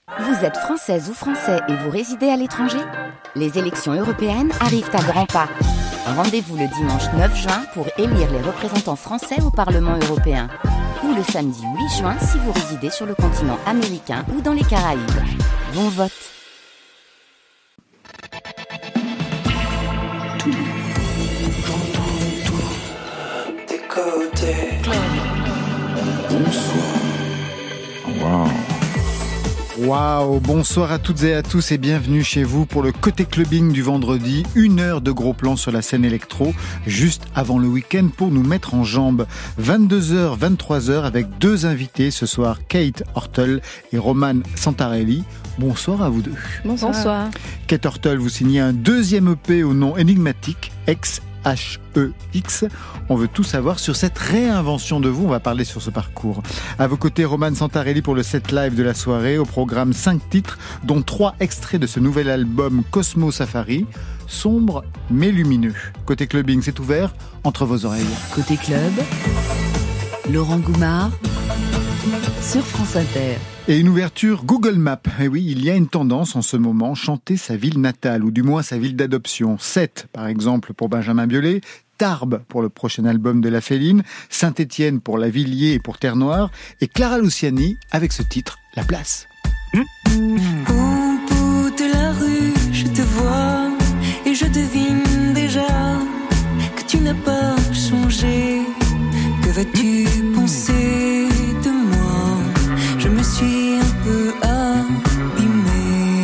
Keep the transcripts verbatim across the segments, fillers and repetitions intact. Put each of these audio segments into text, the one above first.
Vous êtes française ou français et vous résidez à l'étranger ? Les élections européennes arrivent à grands pas. Rendez-vous le dimanche neuf juin pour élire les représentants français au Parlement européen. Ou le samedi huit juin si vous résidez sur le continent américain ou dans les Caraïbes. Bon vote. Tout, j'entends tout, des côtés. Bonsoir. Wow. Waouh, bonsoir à toutes et à tous et bienvenue chez vous pour le Côté Clubbing du vendredi. Une heure de gros plans sur la scène électro, juste avant le week-end pour nous mettre en jambes. vingt-deux heures, vingt-trois heures avec deux invités ce soir, Kate Hortel et Roman Santarelli. Bonsoir à vous deux. Bonsoir. Bonsoir. Kate Hortel, vous signez un deuxième E P au nom énigmatique, X H E X. On veut tout savoir sur cette réinvention de vous. On va parler sur ce parcours. À vos côtés, Roman Santarelli pour le set live de la soirée. Au programme, cinq titres, dont trois extraits de ce nouvel album Cosmo Safari. Sombre mais lumineux. Côté clubbing, c'est ouvert entre vos oreilles. Côté club, Laurent Goumard sur France Inter. Et une ouverture Google Maps. Et oui, il y a une tendance en ce moment, chanter sa ville natale, ou du moins sa ville d'adoption. Sète, par exemple, pour Benjamin Biolay, Tarbes pour le prochain album de La Féline, Saint-Étienne pour Lavilliers et pour Terre-Noire, et Clara Luciani avec ce titre, La Place. Mmh. Au bout de la rue, je te vois, et je devine déjà que tu n'as pas changé. Que vas-tu penser de moi ? Je me suis un peu abîmée.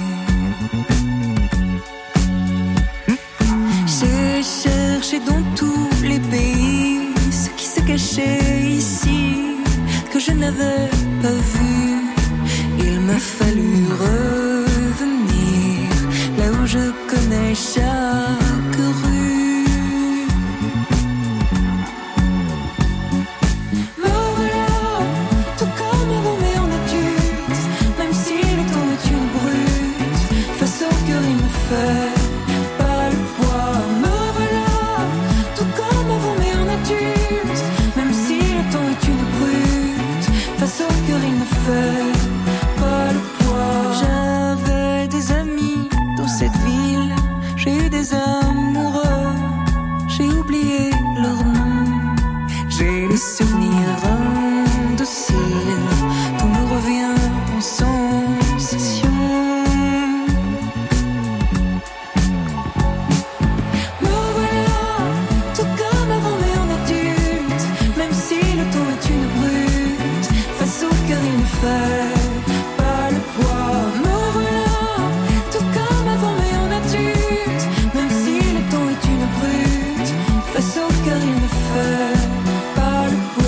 J'ai cherché dans tous les pays ce qui se cachait ici, que je n'avais pas vu. Il m'a fallu revenir là où je connais chaque rue. Fais pas le poids, me voilà, tout comme avant mais en adulte. Même si le temps est une brute, face au cœur il ne fait pas le poids. J'avais des amis dans cette ville, j'ai eu des amoureux, j'ai oublié leur nom. J'ai les souvenirs indociles, tout me revient en sensation. Fais pas le poids, me voilà, tout comme avant mais en adulte. Même si le temps est une brute, face au cœur il ne fait pas le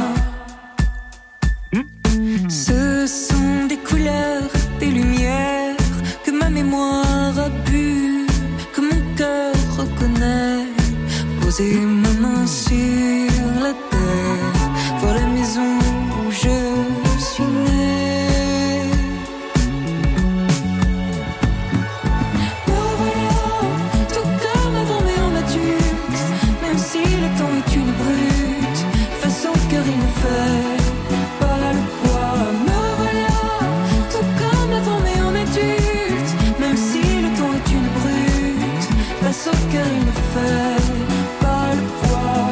poids. Mmh. Ce sont des couleurs, des lumières que ma mémoire a bu, que mon cœur reconnaît. Poser ma main sur la terre, voir la maison où je suis née. Me voilà, tout comme avant mais en adulte. Même si le temps est une brute, face au cœur il ne fait pas le poids. Me voilà, tout comme avant mais en adulte. Même si le temps est une brute, face au cœur il ne fait pas le poids.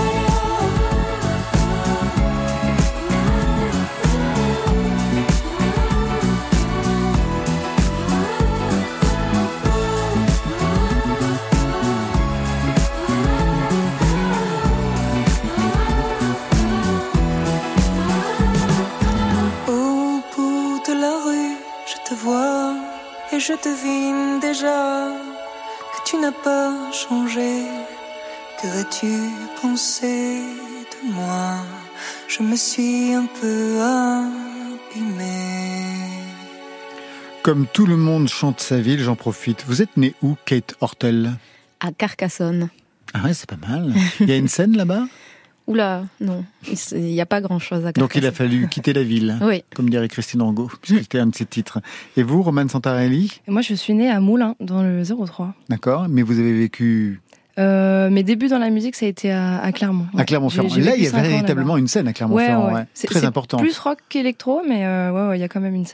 Et je devine déjà que tu n'as pas changé. Que vas-tu penser de moi ? Je me suis un peu abîmée. Comme tout le monde chante sa ville, j'en profite. Vous êtes née où, Kate Hortel ? À Carcassonne. Ah ouais, c'est pas mal. Il y a une scène là-bas ? Oula, non, il n'y a pas grand-chose à Carcassonne. Donc il a fallu quitter la ville, oui. Comme dirait Christine Angot, puisque c'était un de ses titres. Et vous, Roman Santarelli ? Moi, je suis née à Moulins, dans le zéro trois. D'accord, mais vous avez vécu... Euh, mes débuts dans la musique, ça a été à, à Clermont. Ouais. À Clermont-Ferrand. Là, il y a véritablement une scène à Clermont-Ferrand, ouais, ouais. C'est, très c'est important. Plus rock qu'électro, mais euh, ouais, ouais, il y a quand même une scène.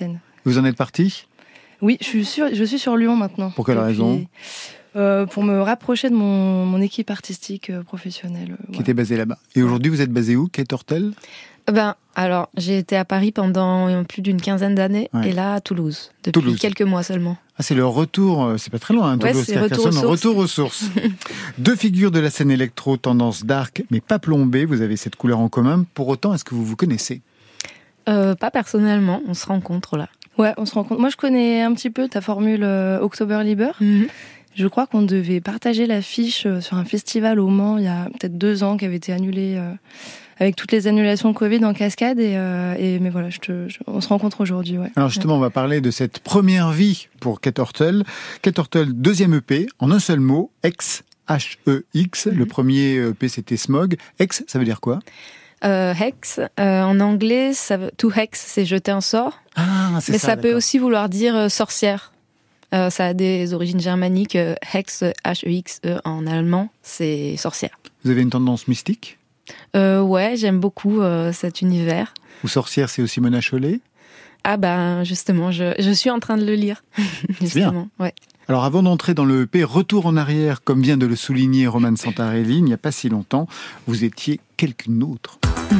Vous en êtes parti ? Oui, je suis sur, je suis sur Lyon maintenant. Pour quelle Depuis, raison ? euh, Pour me rapprocher de mon, mon équipe artistique euh, professionnelle. euh, Qui voilà. était basée là-bas. Et aujourd'hui, vous êtes basé où, Kate Hortel ? Ben, alors, j'ai été à Paris pendant plus d'une quinzaine d'années Ouais. et là à Toulouse, depuis Toulouse. quelques mois seulement. Ah, c'est le retour, euh, c'est pas très loin, hein, Ouais, Toulouse, c'est retour aux Carcassonne, sources. retour aux sources. Deux figures de la scène électro, tendance dark, mais pas plombée, vous avez cette couleur en commun. Pour autant, est-ce que vous vous connaissez ? Euh, pas personnellement, on se rencontre là. Ouais, on se rend compte. Moi, je connais un petit peu ta formule euh, October Liber. Mhm. Je crois qu'on devait partager l'affiche euh, sur un festival au Mans il y a peut-être deux ans qui avait été annulé euh, avec toutes les annulations de Covid en cascade. Et, euh, et mais voilà, je te, je- on se rencontre aujourd'hui. Ouais. Alors justement, on va parler de cette première vie pour Kate Hortel. Kate Hortel, deuxième E P, en un seul mot, X, H E X. Le premier E P, c'était Smog. X, ça veut dire quoi ? Euh, hex, euh, en anglais, ça veut, to hex, c'est jeter un sort, Ah, c'est mais ça, ça, peut d'accord. aussi vouloir dire euh, sorcière. Euh, ça a des origines germaniques. euh, hex, H E X E en allemand, c'est sorcière. Vous avez une tendance mystique ? Euh, ouais, j'aime beaucoup euh, cet univers. Ou sorcière, c'est aussi Mona Chollet ? Ah ben justement, je, je suis en train de le lire. Justement, ouais. Alors avant d'entrer dans le E P, retour en arrière, comme vient de le souligner Roman Santarelli, il n'y a pas si longtemps, vous étiez quelqu'une autre.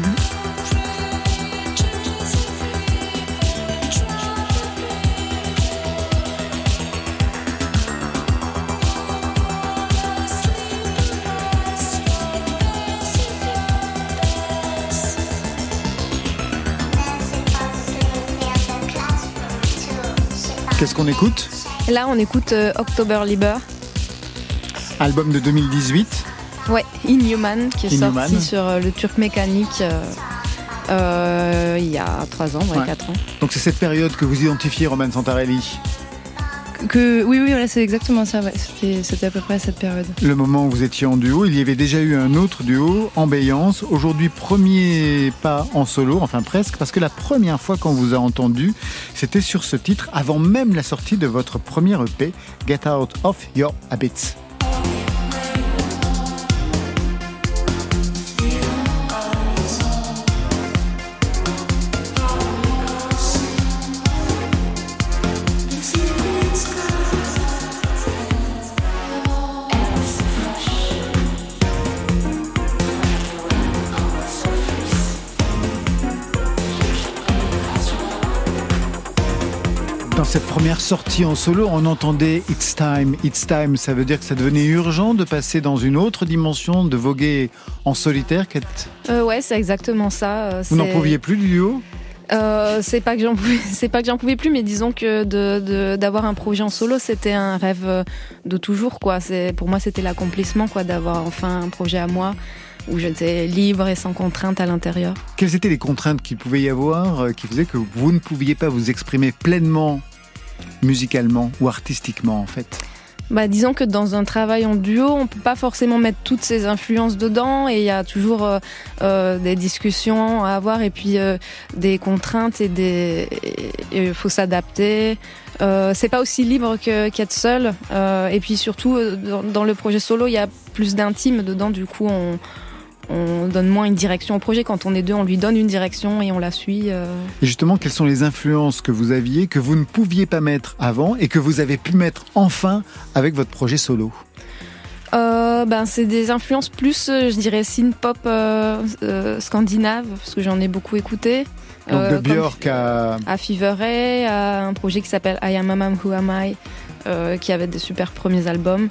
Qu'est-ce qu'on écoute ? Là, on écoute euh, October Liber. Album de deux mille dix-huit. Ouais, Inhuman, qui est Inhuman. sorti sur euh, le Turc Mécanique euh, euh, il y a trois ans, ouais, Ouais. quatre ans. Donc c'est cette période que vous identifiez, Roman Santarelli. Que, oui, oui, voilà, c'est exactement ça. Ouais. C'était, c'était à peu près à cette période. Le moment où vous étiez en duo, il y avait déjà eu un autre duo, Ambiance. Aujourd'hui, premier pas en solo, enfin presque, parce que la première fois qu'on vous a entendu, c'était sur ce titre, avant même la sortie de votre premier E P, Get Out of Your Habits. Dans cette première sortie en solo, on entendait It's Time, It's Time. Ça veut dire que ça devenait urgent de passer dans une autre dimension, de voguer en solitaire. Kate. Euh, ouais, c'est exactement ça. euh, Vous n'en c'est- pouviez plus du duo ? Euh, c'est pas que j'en pouvais, c'est pas que j'en pouvais plus, mais disons que de, de- d'avoir un projet en solo, c'était un rêve euh, de toujours, quoi. C'est, pour moi, c'était l'accomplissement, quoi, d'avoir enfin un projet à moi où j'étais libre et sans contrainte à l'intérieur. Quelles étaient les contraintes qu'il pouvait y avoir euh, qui faisaient que vous ne pouviez pas vous exprimer pleinement musicalement ou artistiquement en fait ? Bah, disons que dans un travail en duo, on peut pas forcément mettre toutes ces influences dedans et il y a toujours euh, euh, des discussions à avoir et puis euh, des contraintes et des, il faut s'adapter. Euh, c'est pas aussi libre que, qu'être seul. Euh, et puis surtout, euh, dans, dans le projet solo, il y a plus d'intime dedans. Du coup, on, on donne moins une direction au projet. Quand on est deux, on lui donne une direction et on la suit. Euh. Et justement, quelles sont les influences que vous aviez, que vous ne pouviez pas mettre avant et que vous avez pu mettre enfin avec votre projet solo ? Euh, ben, c'est des influences plus, euh, je dirais, synth-pop euh, euh, scandinave, parce que j'en ai beaucoup écouté. Donc Euh, de comme Björk à... à Fever Ray, à un projet qui s'appelle I Am Am Who Am I, euh, qui avait des super premiers albums.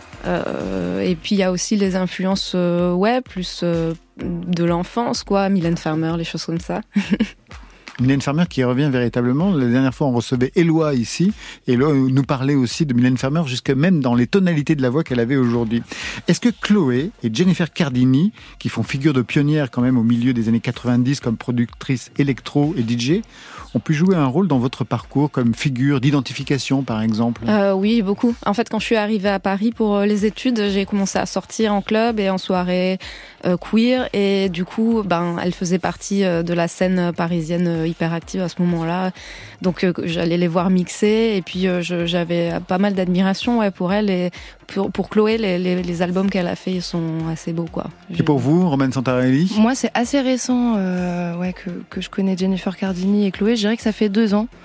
Euh, et puis il y a aussi les influences, euh, ouais, plus euh, de l'enfance, quoi, Mylène Farmer, les choses comme ça. Mylène Farmer qui revient véritablement. La dernière fois, on recevait Éloi ici. Et Éloi nous parlait aussi de Mylène Farmer, jusque même dans les tonalités de la voix qu'elle avait aujourd'hui. Est-ce que Chloé et Jennifer Cardini, qui font figure de pionnière quand même au milieu des années quatre-vingt-dix comme productrices électro et D J, ont pu jouer un rôle dans votre parcours comme figure d'identification, par exemple ? Euh, oui, beaucoup. En fait, quand je suis arrivée à Paris pour euh, les études, j'ai commencé à sortir en club et en soirée euh, queer. Et du coup, ben, elle faisait partie euh, de la scène parisienne euh, hyper active à ce moment-là. Donc, euh, j'allais les voir mixer. Et puis, euh, je, j'avais pas mal d'admiration ouais, pour elle. Et pour, pour Chloé, les, les, les albums qu'elle a fait ils sont assez beaux, quoi. Et pour vous, Roman Santarelli ? Moi, c'est assez récent euh, ouais, que, que je connais Jennifer Cardini et Chloé. Je dirais que ça fait deux ans.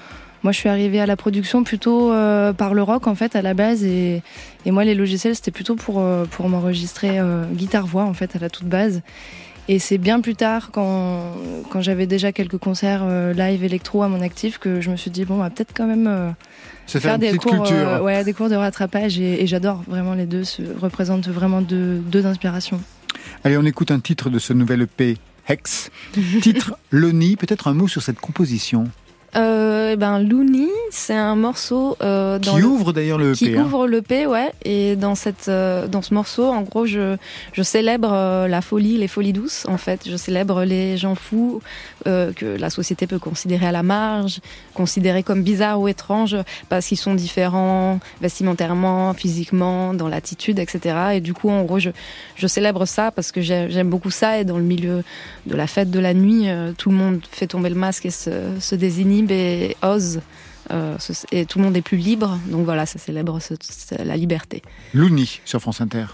Moi, je suis arrivée à la production plutôt euh, par le rock, en fait, à la base. Et, et moi, les logiciels, c'était plutôt pour, euh, pour m'enregistrer euh, guitare-voix, en fait, à la toute base. Et c'est bien plus tard, quand, quand j'avais déjà quelques concerts euh, live électro à mon actif, que je me suis dit, bon, on va peut-être quand même euh, Se faire, faire une des, petite cours, culture. Euh, ouais, des cours de rattrapage. Et, et j'adore vraiment les deux, se représentent vraiment deux, deux inspirations. Allez, on écoute un titre de ce nouvel E P, Hex. Titre Loni, peut-être un mot sur cette composition. Euh, ben Loony, c'est un morceau euh, dans qui le... ouvre d'ailleurs le E P. Qui hein. ouvre l'E P, ouais. Et dans cette, euh, dans ce morceau, en gros, je, je célèbre euh, la folie, les folies douces. En fait, je célèbre les gens fous euh, que la société peut considérer à la marge, considérer comme bizarres ou étranges parce qu'ils sont différents vestimentairement, physiquement, dans l'attitude, et cetera. Et du coup, en gros, je, je célèbre ça parce que j'aime, j'aime beaucoup ça. Et dans le milieu de la fête de la nuit, euh, tout le monde fait tomber le masque et se, se désinhibe et ose. Euh, et tout le monde est plus libre, donc voilà, ça célèbre ce, ce, la liberté. Loony sur France Inter.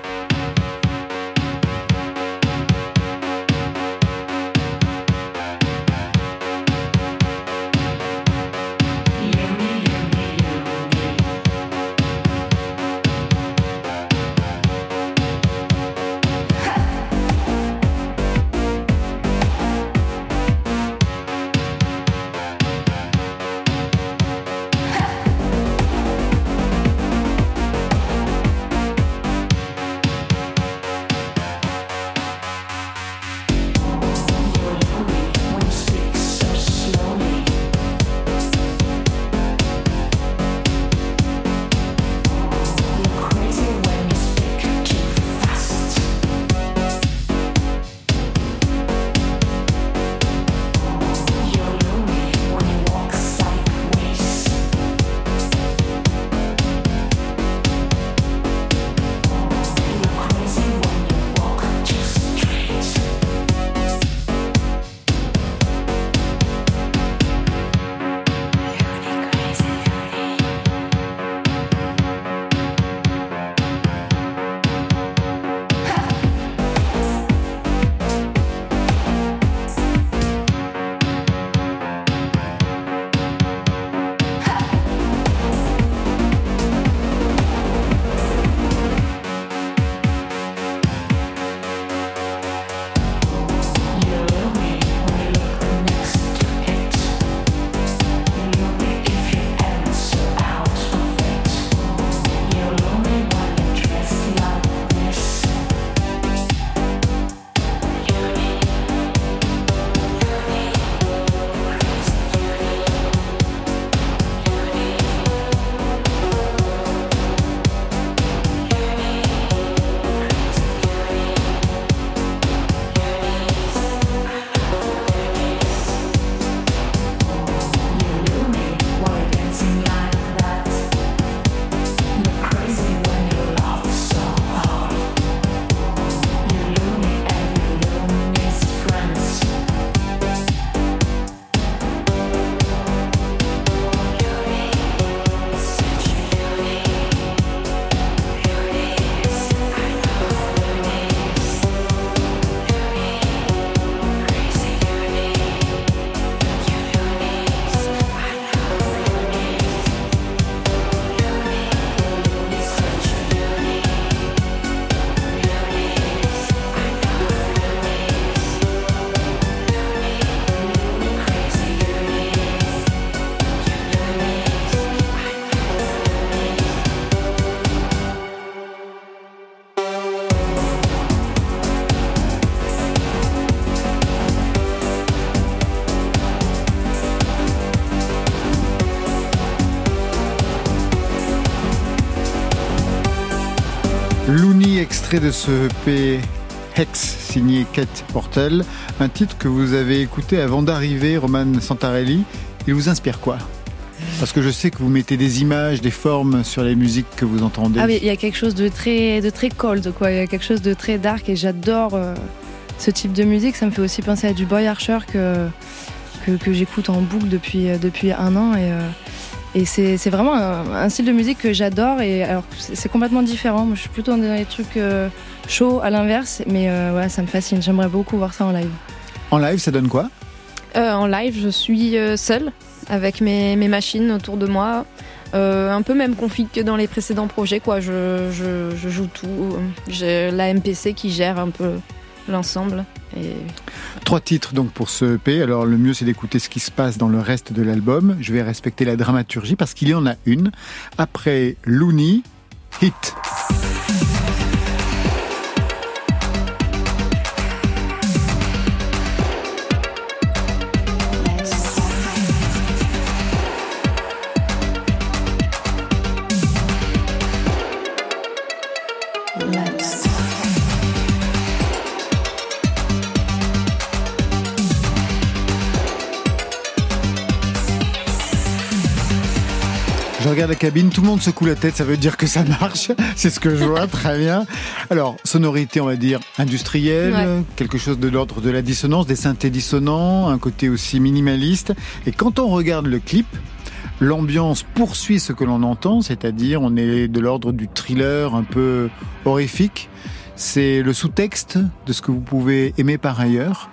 Loony, extrait de ce E P Hex, signé Kate Portel, un titre que vous avez écouté avant d'arriver, Roman Santarelli. Il vous inspire quoi ? Parce que je sais que vous mettez des images, des formes sur les musiques que vous entendez. Ah oui, il y a quelque chose de très, de très cold, quoi. Il y a quelque chose de très dark et j'adore euh, ce type de musique. Ça me fait aussi penser à du Boy Archer que, que, que j'écoute en boucle depuis, depuis un an. Et, euh, et c'est, c'est vraiment un, un style de musique que j'adore. Et alors, c'est, c'est complètement différent. Moi, je suis plutôt dans les trucs euh, chauds à l'inverse. Mais euh, ouais, ça me fascine. J'aimerais beaucoup voir ça en live. En live, ça donne quoi ? euh, En live, je suis euh, seule. avec mes, mes machines autour de moi. Euh, un peu même config que dans les précédents projets, quoi. Je, je, je joue tout. J'ai la M P C qui gère un peu l'ensemble. Et... Trois titres donc pour ce E P. Alors le mieux c'est d'écouter ce qui se passe dans le reste de l'album. Je vais respecter la dramaturgie parce qu'il y en a une. Après Looney, Hit. Je regarde la cabine, tout le monde secoue la tête, ça veut dire que ça marche, c'est ce que je vois, très bien. Alors, sonorité, on va dire, industrielle, ouais. Quelque chose de l'ordre de la dissonance, des synthés dissonants, un côté aussi minimaliste. Et quand on regarde le clip, l'ambiance poursuit ce que l'on entend, c'est-à-dire on est de l'ordre du thriller un peu horrifique. C'est le sous-texte de ce que vous pouvez aimer par ailleurs.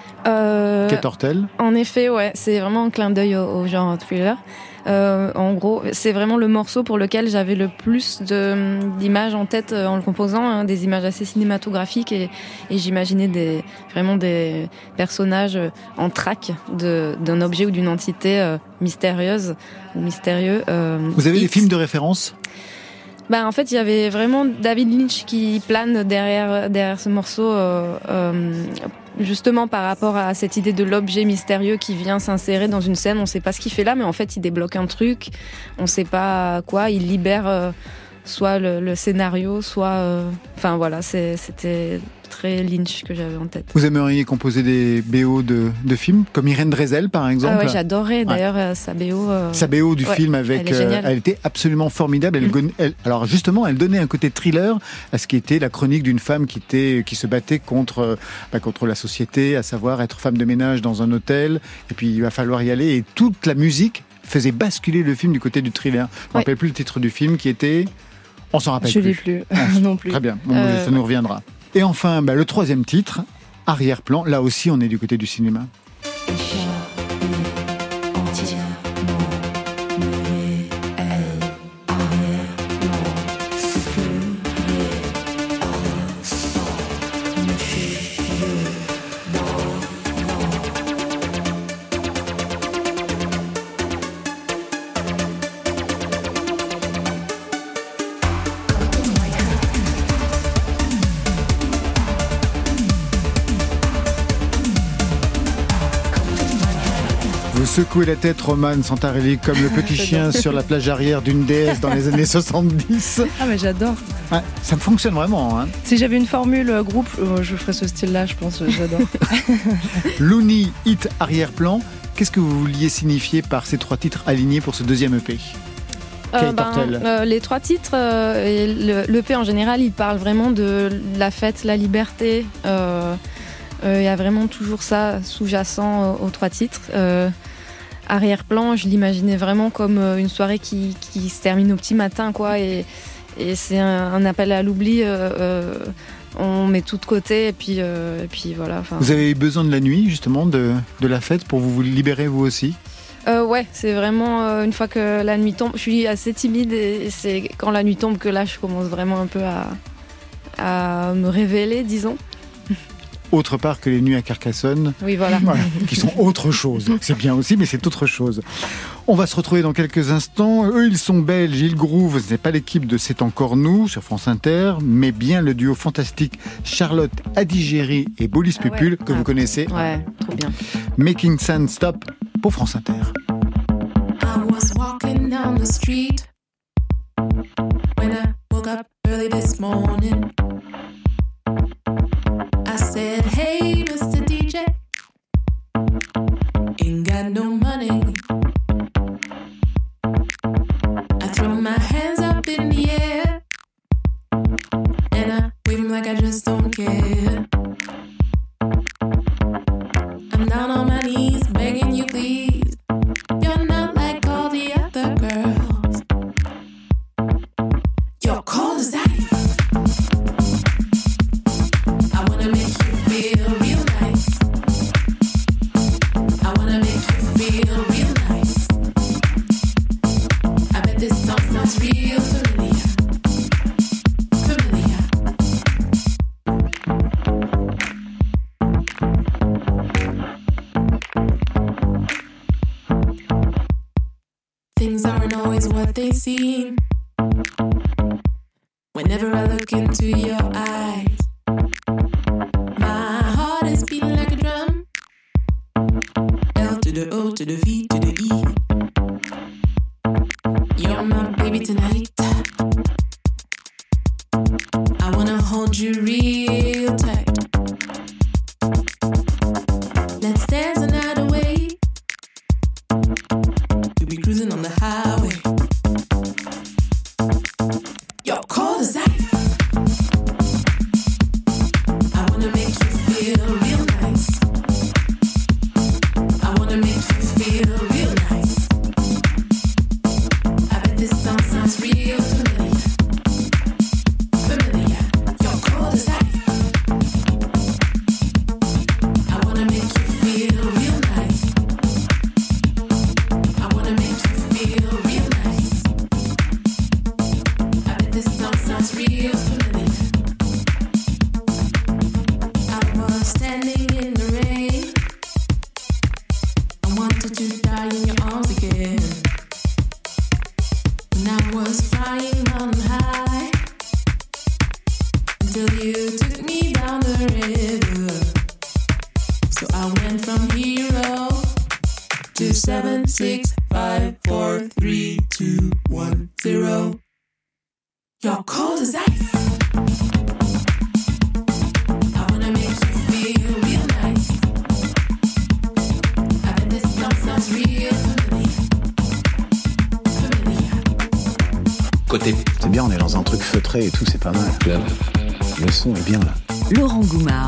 Euh, Kate Hortel. En effet, ouais, c'est vraiment un clin d'œil au, au genre thriller. Euh, en gros, c'est vraiment le morceau pour lequel j'avais le plus de, d'images en tête euh, en le composant, hein, des images assez cinématographiques et, et j'imaginais des, vraiment des personnages en traque de, d'un objet ou d'une entité euh, mystérieuse ou mystérieux. Euh, Vous avez hit. des films de référence ? Ben, en fait, il y avait vraiment David Lynch qui plane derrière, derrière ce morceau, euh, euh, justement par rapport à cette idée de l'objet mystérieux qui vient s'insérer dans une scène. On ne sait pas ce qu'il fait là, mais en fait, il débloque un truc. On ne sait pas quoi. Il libère euh, soit le, le scénario, soit... Euh... Enfin, voilà, c'est, c'était très Lynch que j'avais en tête. Vous aimeriez composer des B O de, de films, comme Irène Drezel, par exemple ? Ah ouais, j'adorais d'ailleurs ouais. sa B O. Euh... Sa B O du ouais, film, avec, elle, euh, elle était absolument formidable. Elle, mmh. elle, alors justement, elle donnait un côté thriller à ce qui était la chronique d'une femme qui, était, qui se battait contre, bah, contre la société, à savoir être femme de ménage dans un hôtel, et puis il va falloir y aller. Et toute la musique faisait basculer le film du côté du thriller. Je ne me ouais. rappelle plus le titre du film qui était... On s'en rappelle Je plus. l'ai plus, ah, non plus. Très bien, bon, euh, ça nous reviendra. Et enfin, bah, le troisième titre, Arrière-plan. Là aussi, on est du côté du cinéma. Secouer la tête, Roman Santarelli, comme le petit chien sur la plage arrière d'une déesse dans les années soixante-dix. Ah mais j'adore. Ouais, ça fonctionne vraiment. Hein. Si j'avais une formule groupe, je ferais ce style-là, je pense, j'adore. Looney, Hit, Arrière-plan. Qu'est-ce que vous vouliez signifier par ces trois titres alignés pour ce deuxième E P ? Euh, ben, euh, les trois titres euh, et le, l'E P en général, ils parlent vraiment de la fête, la liberté. Il euh, euh, y a vraiment toujours ça sous-jacent aux, aux trois titres. Euh, Arrière-plan, je l'imaginais vraiment comme une soirée qui, qui se termine au petit matin, quoi, et, et c'est un, un appel à l'oubli. Euh, euh, on met tout de côté, et puis, euh, et puis voilà. Vous avez eu besoin de la nuit, justement, de, de la fête, pour vous libérer vous aussi ? euh, Ouais, c'est vraiment euh, une fois que la nuit tombe. Je suis assez timide, et c'est quand la nuit tombe que là, je commence vraiment un peu à, à me révéler, disons. Autre part que les nuits à Carcassonne, oui, voilà. Voilà, qui sont autre chose. C'est bien aussi, mais c'est autre chose. On va se retrouver dans quelques instants. Eux, ils sont belges, ils groove. Ce n'est pas l'équipe de C'est encore nous sur France Inter, mais bien le duo fantastique Charlotte Adigéry et Bolis ah Pupul, ouais. que ah, vous connaissez. Ouais, trop bien. Making Sound Stop pour France Inter. I was walking down the street when I woke up early this morning. I said, hey, Mister D J, ain't got no money. I throw my hands up in the air and I wave them like I just don't care. I'm down on my knees begging you please. You're not like all the other girls. Things aren't always what they seem. Whenever I look into your eyes, my heart is beating like a drum. L to the O to the V to the E. You're my baby tonight. I wanna hold you real tight. Let's dance the night away. You'll be cruising on the highway. You're cold as ice. I wanna make you feel real nice. I wanna make you feel real nice. I bet this song sounds real familiar. Familiar. You're cold as ice. I wanna make you feel real nice. I wanna make you feel real nice. I bet this song sounds real familiar. I was standing in the rain. I wanted to die in your arms again. When I was flying on high, until you took me down the river. So I went from hero to seven, six, five, four, three, two, one, zero. You're cold as ice. I wanna make you feel real nice. I bet this song sounds real familiar. Familiar. Côté. C'est bien, on est dans un truc feutré et tout, c'est pas mal. Le son est bien là. Laurent Goumard.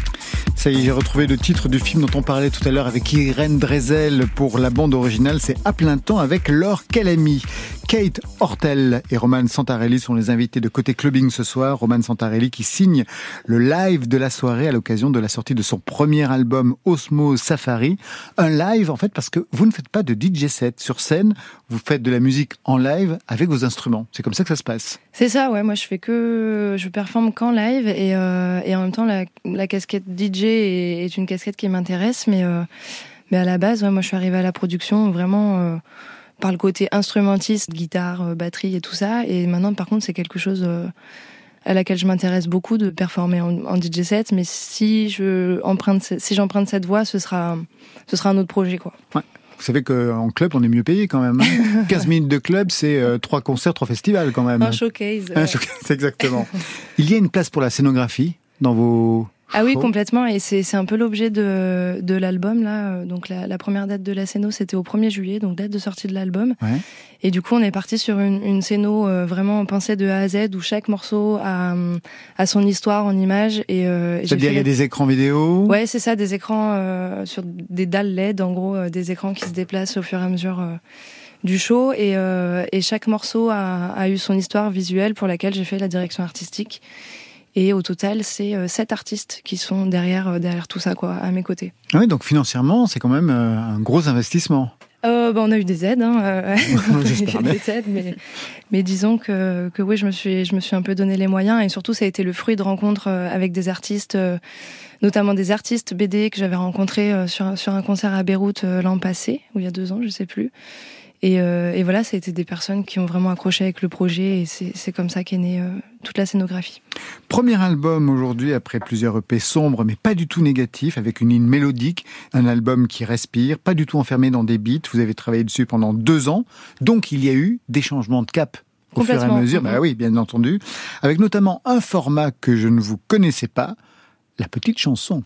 Ça y est, j'ai retrouvé le titre du film dont on parlait tout à l'heure avec Irène Drezel pour la bande originale. C'est À plein temps avec Laure Calamy. Kate Hortel et Roman Santarelli sont les invités de Côté Clubbing ce soir. Roman Santarelli qui signe le live de la soirée à l'occasion de la sortie de son premier album Osmo Safari. Un live en fait parce que vous ne faites pas de D J set sur scène, vous faites de la musique en live avec vos instruments. C'est comme ça que ça se passe. C'est ça, ouais. Moi, je fais que, je performe qu'en live et, euh, et en même temps, la, la casquette D J est, est une casquette qui m'intéresse, mais, euh, mais à la base, ouais, moi, je suis arrivée à la production vraiment euh, par le côté instrumentiste, guitare, batterie et tout ça. Et maintenant, par contre, c'est quelque chose euh, à laquelle je m'intéresse beaucoup de performer en, en D J set. Mais si je emprunte, si j'emprunte cette voie, ce sera, ce sera un autre projet, quoi. Ouais. Vous savez qu'en club, on est mieux payé quand même. quinze minutes de club, c'est euh, trois concerts, trois festivals quand même. Un showcase. Ouais. Un showcase, exactement. Il y a une place pour la scénographie dans vos... Ah oui, complètement, et c'est c'est un peu l'objet de de l'album là. Donc la, la première date de la scéno, c'était au premier juillet, donc date de sortie de l'album. Ouais. Et du coup, on est parti sur une une scéno euh, vraiment pensée de A à Z, où chaque morceau a a son histoire en images. Et euh, c'est-à-dire il y a des écrans vidéo. Ouais, c'est ça, des écrans euh, sur des dalles L E D, en gros, euh, des écrans qui se déplacent au fur et à mesure euh, du show. Et euh, et chaque morceau a a eu son histoire visuelle pour laquelle j'ai fait la direction artistique. Et au total, c'est euh, sept artistes qui sont derrière, euh, derrière tout ça, quoi, à mes côtés. Ah oui, donc financièrement, c'est quand même euh, un gros investissement. Euh, bah, on a eu des aides, hein, euh, J'espère bien. des aides, mais, mais disons que, que oui, je me suis, je me suis un peu donné les moyens, et surtout, ça a été le fruit de rencontres euh, avec des artistes, euh, notamment des artistes B D que j'avais rencontrés euh, sur, sur un concert à Beyrouth euh, l'an passé, ou il y a deux ans, je sais plus. Et, euh, et voilà, ça a été des personnes qui ont vraiment accroché avec le projet, et c'est, c'est comme ça qu'est née euh, toute la scénographie. Premier album aujourd'hui, après plusieurs E P sombres, mais pas du tout négatifs, avec une ligne mélodique, un album qui respire, pas du tout enfermé dans des beats. Vous avez travaillé dessus pendant deux ans, donc il y a eu des changements de cap au fur et à mesure. Bah oui, bien entendu, avec notamment un format que je ne vous connaissais pas, la petite chanson.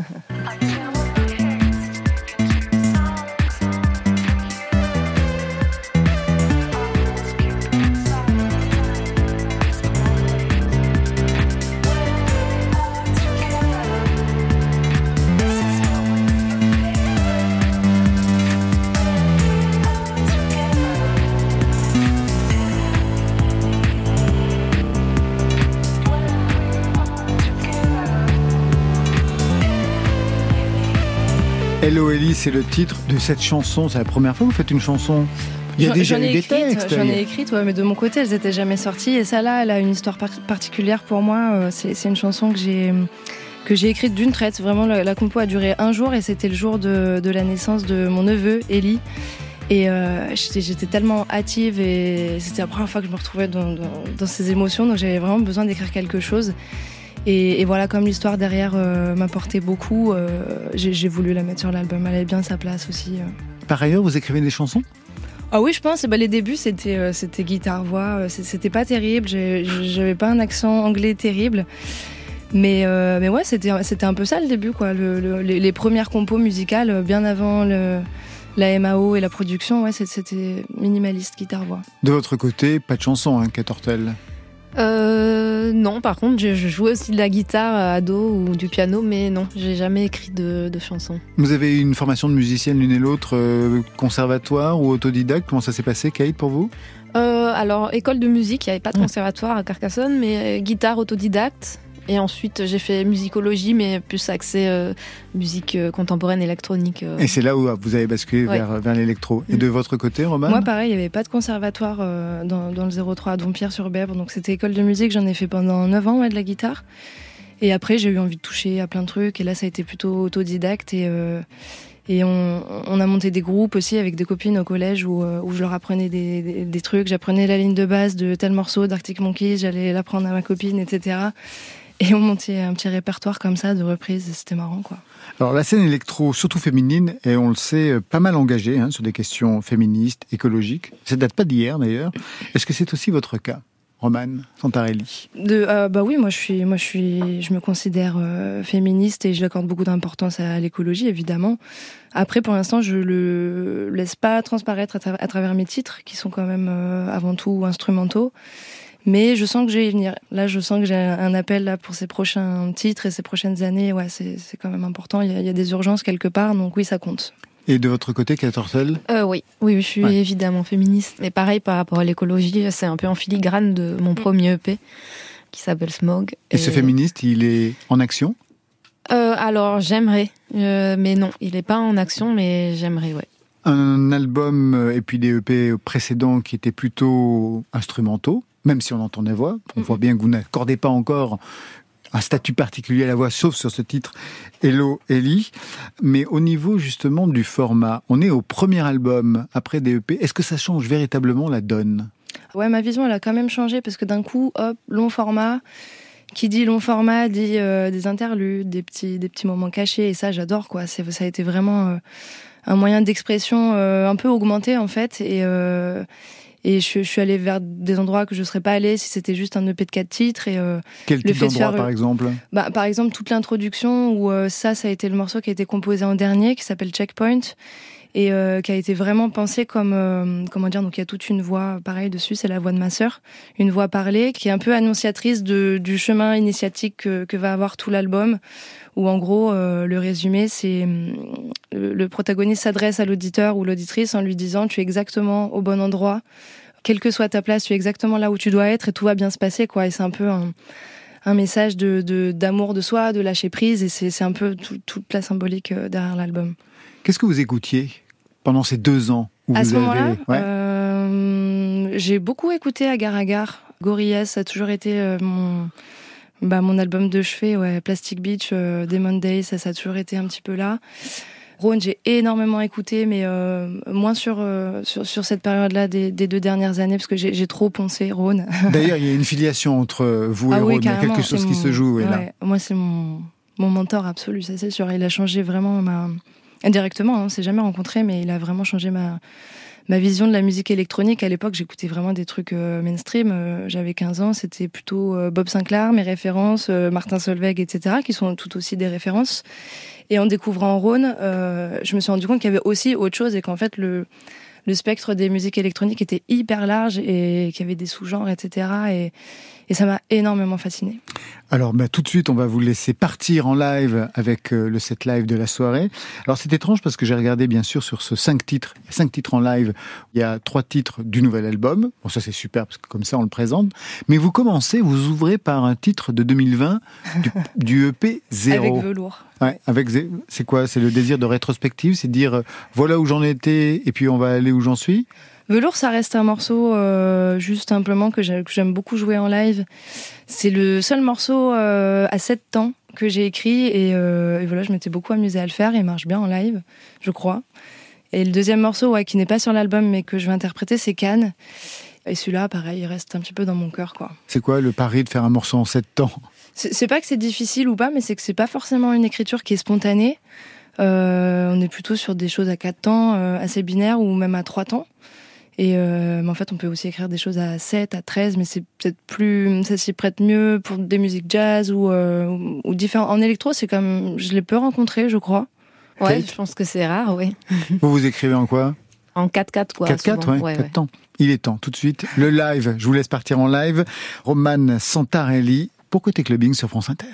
Hello Ellie, c'est le titre de cette chanson. C'est la première fois que vous faites une chanson. Il y a déjà eu des textes. J'en ai écrite, ouais, mais de mon côté, elles n'étaient jamais sorties. Et ça, là, elle a une histoire par- particulière pour moi. C'est, c'est une chanson que j'ai, que j'ai écrite d'une traite. Vraiment, la, la compo a duré un jour, et c'était le jour de, de la naissance de mon neveu, Ellie. Et euh, j'étais, j'étais tellement hâtive et c'était la première fois que je me retrouvais dans, dans, dans ces émotions, donc j'avais vraiment besoin d'écrire quelque chose. Et, et voilà, comme l'histoire derrière euh, m'apportait beaucoup, euh, j'ai, j'ai voulu la mettre sur l'album. Elle avait bien sa place aussi. Euh. Par ailleurs, vous écrivez des chansons ? Ah oui, je pense. Bah, les débuts, c'était, euh, c'était guitare-voix. C'était pas terrible. J'ai, j'avais pas un accent anglais terrible. Mais, euh, mais ouais, c'était, c'était un peu ça le début, quoi. Le, le, les, les premières compos musicales, bien avant le, la M A O et la production, ouais, c'était minimaliste, guitare-voix. De votre côté, pas de chanson, hein, Katortel ? Euh, non, par contre, je, je jouais aussi de la guitare ado ou du piano, mais non, j'ai jamais écrit de, de chansons. Vous avez une formation de musicienne l'une et l'autre, euh, conservatoire ou autodidacte ? Comment ça s'est passé, Kate, pour vous ? euh, Alors, école de musique, il n'y avait pas de conservatoire à Carcassonne, mais euh, guitare autodidacte. Et ensuite, j'ai fait musicologie, mais plus axé euh, musique euh, contemporaine électronique. Euh. Et c'est là où vous avez basculé ouais. vers, vers l'électro. Et de votre côté, Romane ? Moi, pareil, il n'y avait pas de conservatoire euh, dans, dans le zéro trois à Dompierre-sur-Bèbre. Donc, c'était école de musique. J'en ai fait pendant neuf ans, ouais, de la guitare. Et après, j'ai eu envie de toucher à plein de trucs. Et là, ça a été plutôt autodidacte. Et, euh, et on, on a monté des groupes aussi avec des copines au collège où, où je leur apprenais des, des, des trucs. J'apprenais la ligne de base de tel morceau d'Arctic Monkeys. J'allais l'apprendre à ma copine, et cetera. Et on montait un petit répertoire comme ça de reprises, c'était marrant, quoi. Alors la scène électro, surtout féminine, est, on le sait, pas mal engagée hein, sur des questions féministes, écologiques. Ça ne date pas d'hier d'ailleurs. Est-ce que c'est aussi votre cas, Romane Santarelli ? De, euh, bah oui, moi je suis, moi je suis, je me considère euh, féministe et je accorde beaucoup d'importance à l'écologie, évidemment. Après, pour l'instant, je le laisse pas transparaître à, tra- à travers mes titres, qui sont quand même euh, avant tout instrumentaux. Mais je sens que je vais y venir. Là, je sens que j'ai un appel là pour ces prochains titres et ces prochaines années. Ouais, c'est, c'est quand même important. Il y, a, il y a des urgences quelque part, donc oui, ça compte. Et de votre côté, Katortel ? euh, Oui, oui, je suis ouais. évidemment féministe. Mais pareil, par rapport à l'écologie, c'est un peu en filigrane de mon premier E P, qui s'appelle Smog. Et, et ce féministe, il est en action ? euh, Alors, j'aimerais. Euh, mais non, il n'est pas en action, mais j'aimerais, ouais. Un album et puis des E P précédents qui étaient plutôt instrumentaux, même si on entend des voix. On mmh. voit bien que vous n'accordez pas encore un statut particulier à la voix, sauf sur ce titre Hello Ellie. Mais au niveau justement du format, on est au premier album après des E P. Est-ce que ça change véritablement la donne ? Ouais, ma vision elle a quand même changé parce que d'un coup, hop, long format. Qui dit long format dit euh, des interludes, des petits, des petits moments cachés. Et ça, j'adore, quoi. C'est, ça a été vraiment euh, un moyen d'expression euh, un peu augmenté en fait. Et euh, Et je, je suis allée vers des endroits que je ne serais pas allée si c'était juste un E P de quatre titres. Et, euh, Quel type d'endroit, par exemple ? bah, Par exemple, toute l'introduction, où euh, ça, ça a été le morceau qui a été composé en dernier, qui s'appelle Checkpoint, et euh, qui a été vraiment pensé comme... Euh, comment dire, donc il y a toute une voix, pareil, dessus, c'est la voix de ma sœur, une voix parlée, qui est un peu annonciatrice de, du chemin initiatique que, que va avoir tout l'album, où en gros, euh, le résumé, c'est... Le, le protagoniste s'adresse à l'auditeur ou l'auditrice en lui disant « Tu es exactement au bon endroit ». Quelle que soit ta place, tu es exactement là où tu dois être et tout va bien se passer, quoi. Et c'est un peu un, un message de, de, d'amour de soi, de lâcher prise, et c'est, c'est un peu tout, toute la symbolique derrière l'album. Qu'est-ce que vous écoutiez pendant ces deux ans où à vous ce avez... moment-là, ouais. euh, j'ai beaucoup écouté Agar Agar. Gorillaz, ça a toujours été euh, mon, bah, mon album de chevet. Ouais. Plastic Beach, euh, Demon Days, ça, ça a toujours été un petit peu là. Rhône, j'ai énormément écouté, mais euh, moins sur, euh, sur sur cette période-là des, des deux dernières années, parce que j'ai, j'ai trop poncé Rhône. D'ailleurs, il y a une filiation entre vous et ah, Rhône, oui, il y a quelque chose qui mon, se joue. Ouais, là. Moi, c'est mon, mon mentor absolu, ça c'est sûr. Il a changé vraiment ma... Indirectement, hein, on s'est jamais rencontrés, mais il a vraiment changé ma... ma vision de la musique électronique. À l'époque, j'écoutais vraiment des trucs euh, mainstream. Euh, j'avais quinze ans, c'était plutôt euh, Bob Sinclair, mes références, euh, Martin Solveig, et cetera, qui sont tout aussi des références. Et en découvrant Rhône, euh, je me suis rendu compte qu'il y avait aussi autre chose et qu'en fait, le, le spectre des musiques électroniques était hyper large et qu'il y avait des sous-genres, et cetera. Et, et ça m'a énormément fascinée. Alors, bah, tout de suite, on va vous laisser partir en live avec euh, le set live de la soirée. Alors, c'est étrange parce que j'ai regardé, bien sûr, sur ce cinq titres, cinq titres en live, il y a trois titres du nouvel album. Bon, ça, c'est super parce que comme ça, on le présente. Mais vous commencez, vous ouvrez par un titre de deux mille vingt du, du E P Zéro. Avec Velours. Ouais, avec Zé... c'est quoi ? C'est le désir de rétrospective, c'est dire euh, voilà où j'en étais et puis on va aller où j'en suis. Velours, ça reste un morceau euh, juste simplement que j'aime, que j'aime beaucoup jouer en live. C'est le seul morceau euh, à sept temps que j'ai écrit et, euh, et voilà, je m'étais beaucoup amusée à le faire. Il marche bien en live, je crois. Et le deuxième morceau, ouais, qui n'est pas sur l'album, mais que je vais interpréter, c'est Cannes. Et celui-là, pareil, il reste un petit peu dans mon cœur, quoi. C'est quoi le pari de faire un morceau en sept temps ? C'est, c'est pas que c'est difficile ou pas, mais c'est que c'est pas forcément une écriture qui est spontanée. Euh, on est plutôt sur des choses à quatre temps, euh, assez binaires, ou même à trois temps. Et euh, mais en fait, on peut aussi écrire des choses à sept, à treize, mais c'est peut-être plus, ça s'y prête mieux pour des musiques jazz ou, euh, ou différents. En électro, c'est comme, je l'ai peu rencontré, je crois. Ouais, je pense que c'est rare, oui. Vous vous écrivez en quoi ? En quatre quatre, quoi. quatre quatre, ouais, ouais, quatre ouais. temps. Il est temps, tout de suite. Le live, je vous laisse partir en live. Romane Santarelli, pour Côté Clubbing sur France Inter.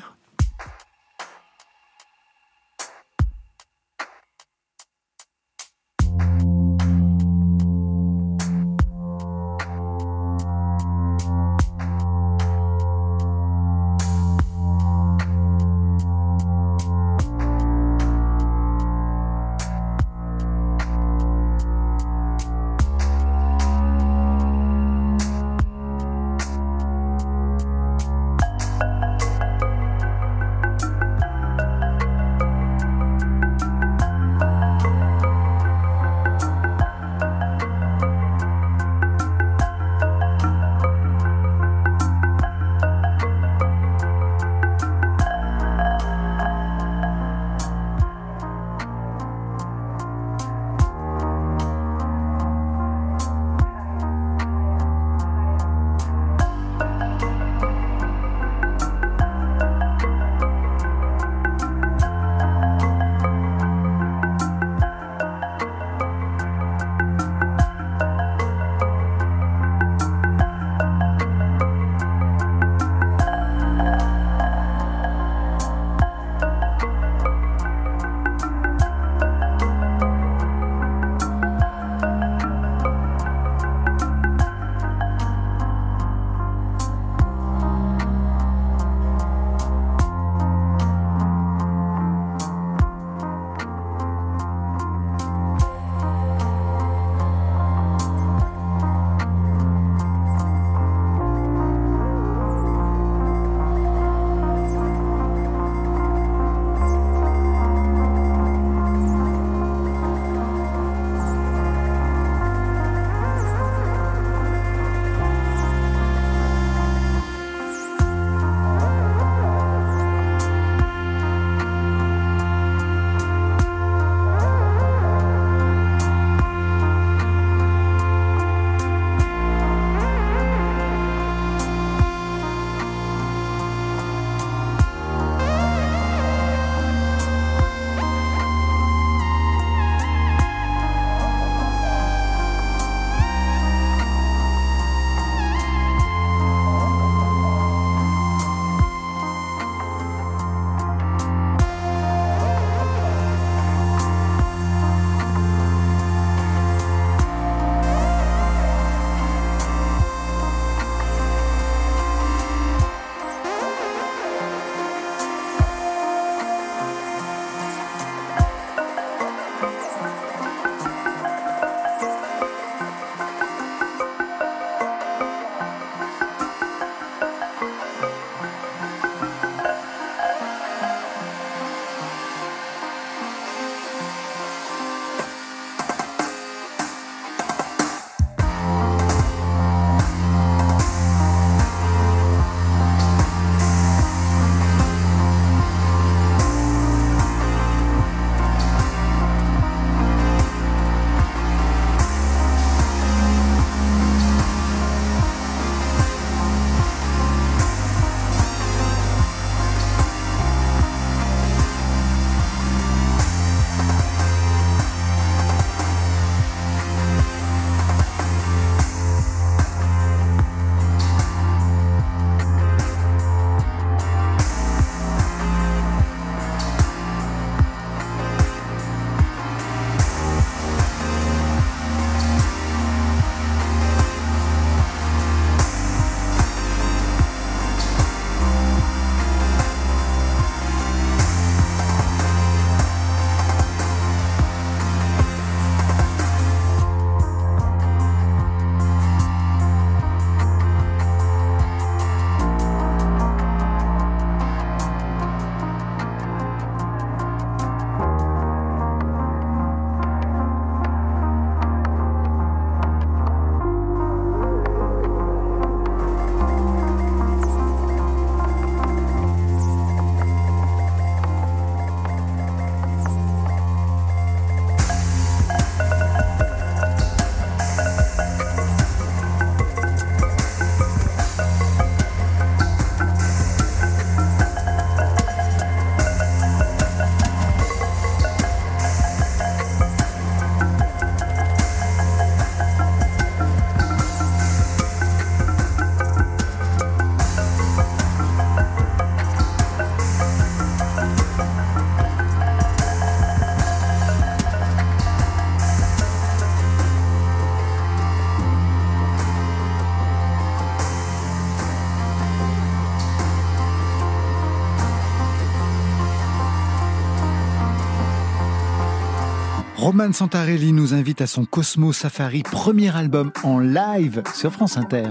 Roman Santarelli nous invite à son Cosmo Safari, premier album en live sur France Inter.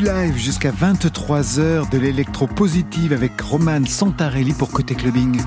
live jusqu'à vingt-trois heures, de l'électro positive avec Roman Santarelli pour Côté Clubbing.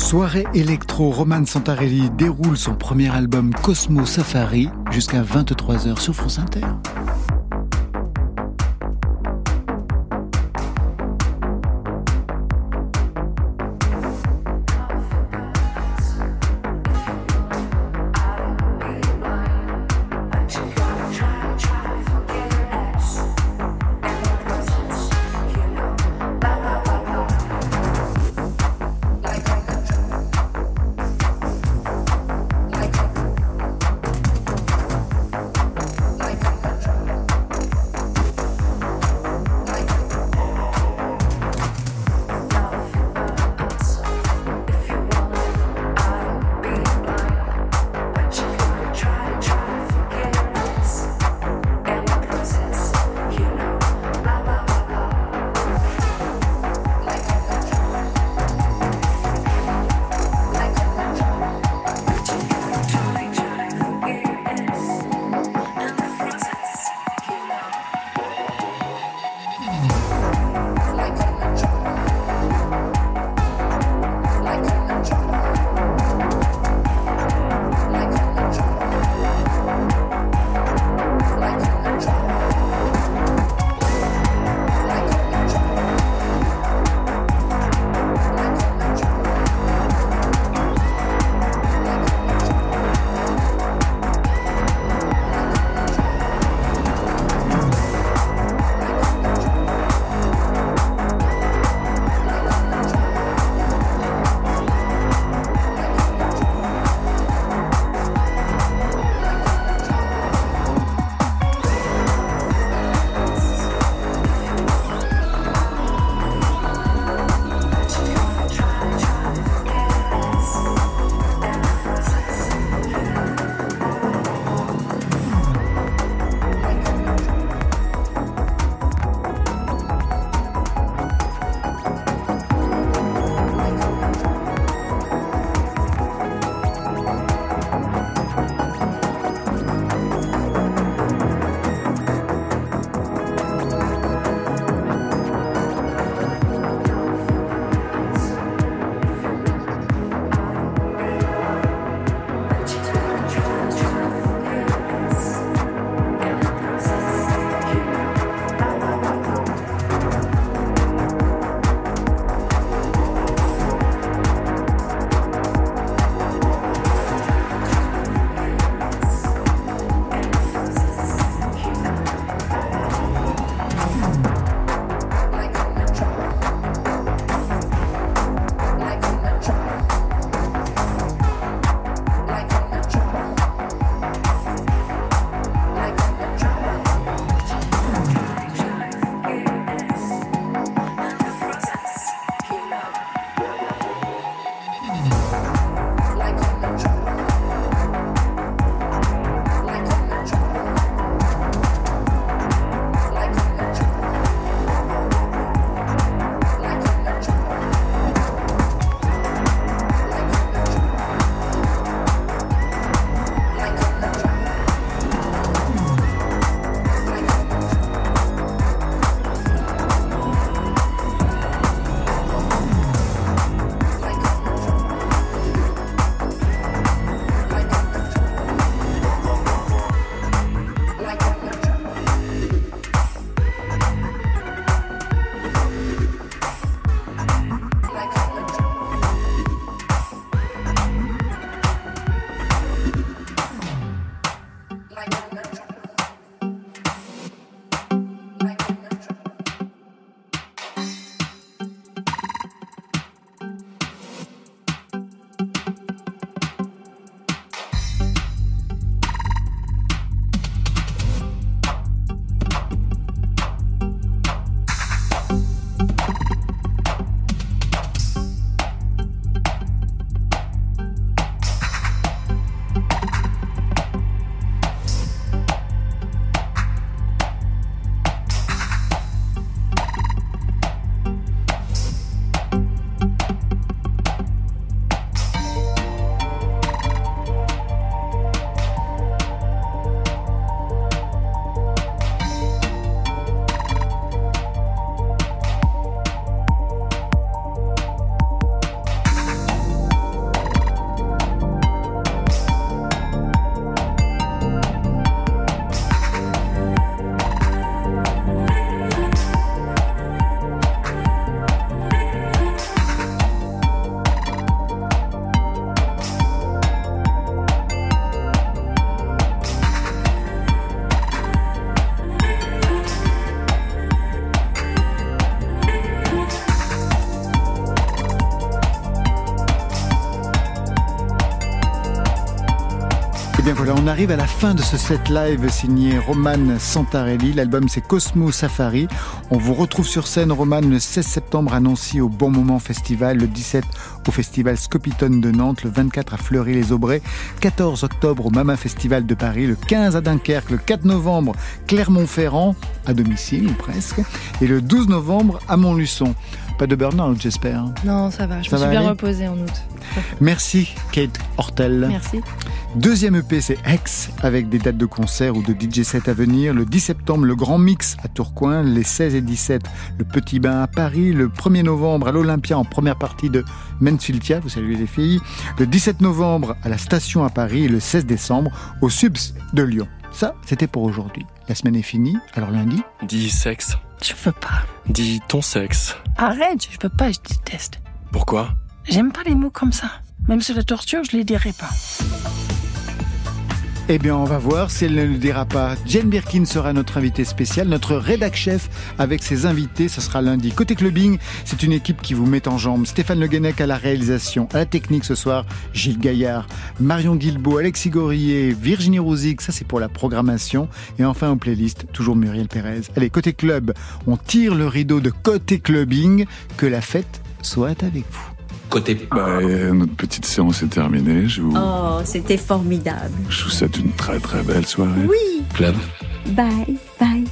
Soirée électro, Roman Santarelli déroule son premier album Cosmo Safari jusqu'à vingt-trois heures sur France Inter. Like bien voilà, on arrive à la fin de ce set live signé Roman Santarelli. L'album c'est Cosmo Safari. On vous retrouve sur scène, Roman, le seize septembre à Nancy au Bon Moment Festival, le dix-sept au Festival Scopitone de Nantes, le vingt-quatre à Fleury-les-Aubrais, quatorze octobre au Mama Festival de Paris, le quinze à Dunkerque, le quatre novembre Clermont-Ferrand, à domicile ou presque, et le douze novembre à Montluçon. Pas de burn-out, j'espère. Non, ça va, je ça me suis va bien aller reposée en août. Merci Kate Hortel. Merci. Deuxième E P, c'est X, avec des dates de concert ou de D J set à venir. Le dix septembre, le Grand Mix à Tourcoing. Les seize et dix-sept, le Petit Bain à Paris. Le premier novembre, à l'Olympia, en première partie de Mansfieldia. Vous saluez les filles. Le dix-sept novembre, à la Station à Paris. Et le seize décembre, au Subs de Lyon. Ça, c'était pour aujourd'hui. La semaine est finie, alors lundi. Dis sexe. Je veux pas. Dis ton sexe. Arrête, je peux pas, je déteste. Pourquoi ? J'aime pas les mots comme ça. Même sur la torture, je les dirai pas. Eh bien, on va voir si elle ne le dira pas. Jane Birkin sera notre invitée spéciale, notre rédac chef avec ses invités. Ce sera lundi. Côté clubbing, c'est une équipe qui vous met en jambes. Stéphane Le Guenec à la réalisation, à la technique ce soir, Gilles Gaillard, Marion Guilbault, Alexis Gorillet, Virginie Rouzic, ça c'est pour la programmation. Et enfin, aux playlists, toujours Muriel Pérez. Allez, côté club, on tire le rideau de côté clubbing. Que la fête soit avec vous. Côté. Bah, euh, notre petite séance est terminée. Je vous... Oh, c'était formidable. Je vous souhaite une très très belle soirée. Oui. Club. Bye, bye.